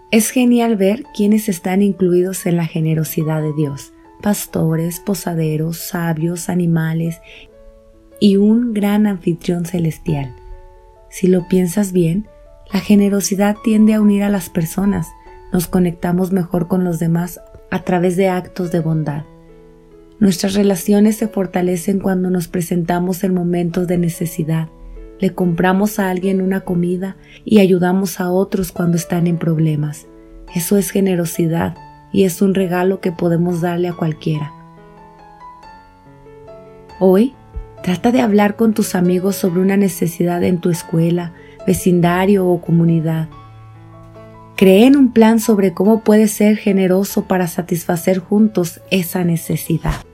Es genial ver quiénes están incluidos en la generosidad de Dios: pastores, posaderos, sabios, animales y un gran anfitrión celestial. Si lo piensas bien, la generosidad tiende a unir a las personas. Nos conectamos mejor con los demás a través de actos de bondad. Nuestras relaciones se fortalecen cuando nos presentamos en momentos de necesidad. Le compramos a alguien una comida y ayudamos a otros cuando están en problemas. Eso es generosidad y es un regalo que podemos darle a cualquiera. Hoy, trata de hablar con tus amigos sobre una necesidad en tu escuela, vecindario o comunidad. Creen un plan sobre cómo puedes ser generoso para satisfacer juntos esa necesidad.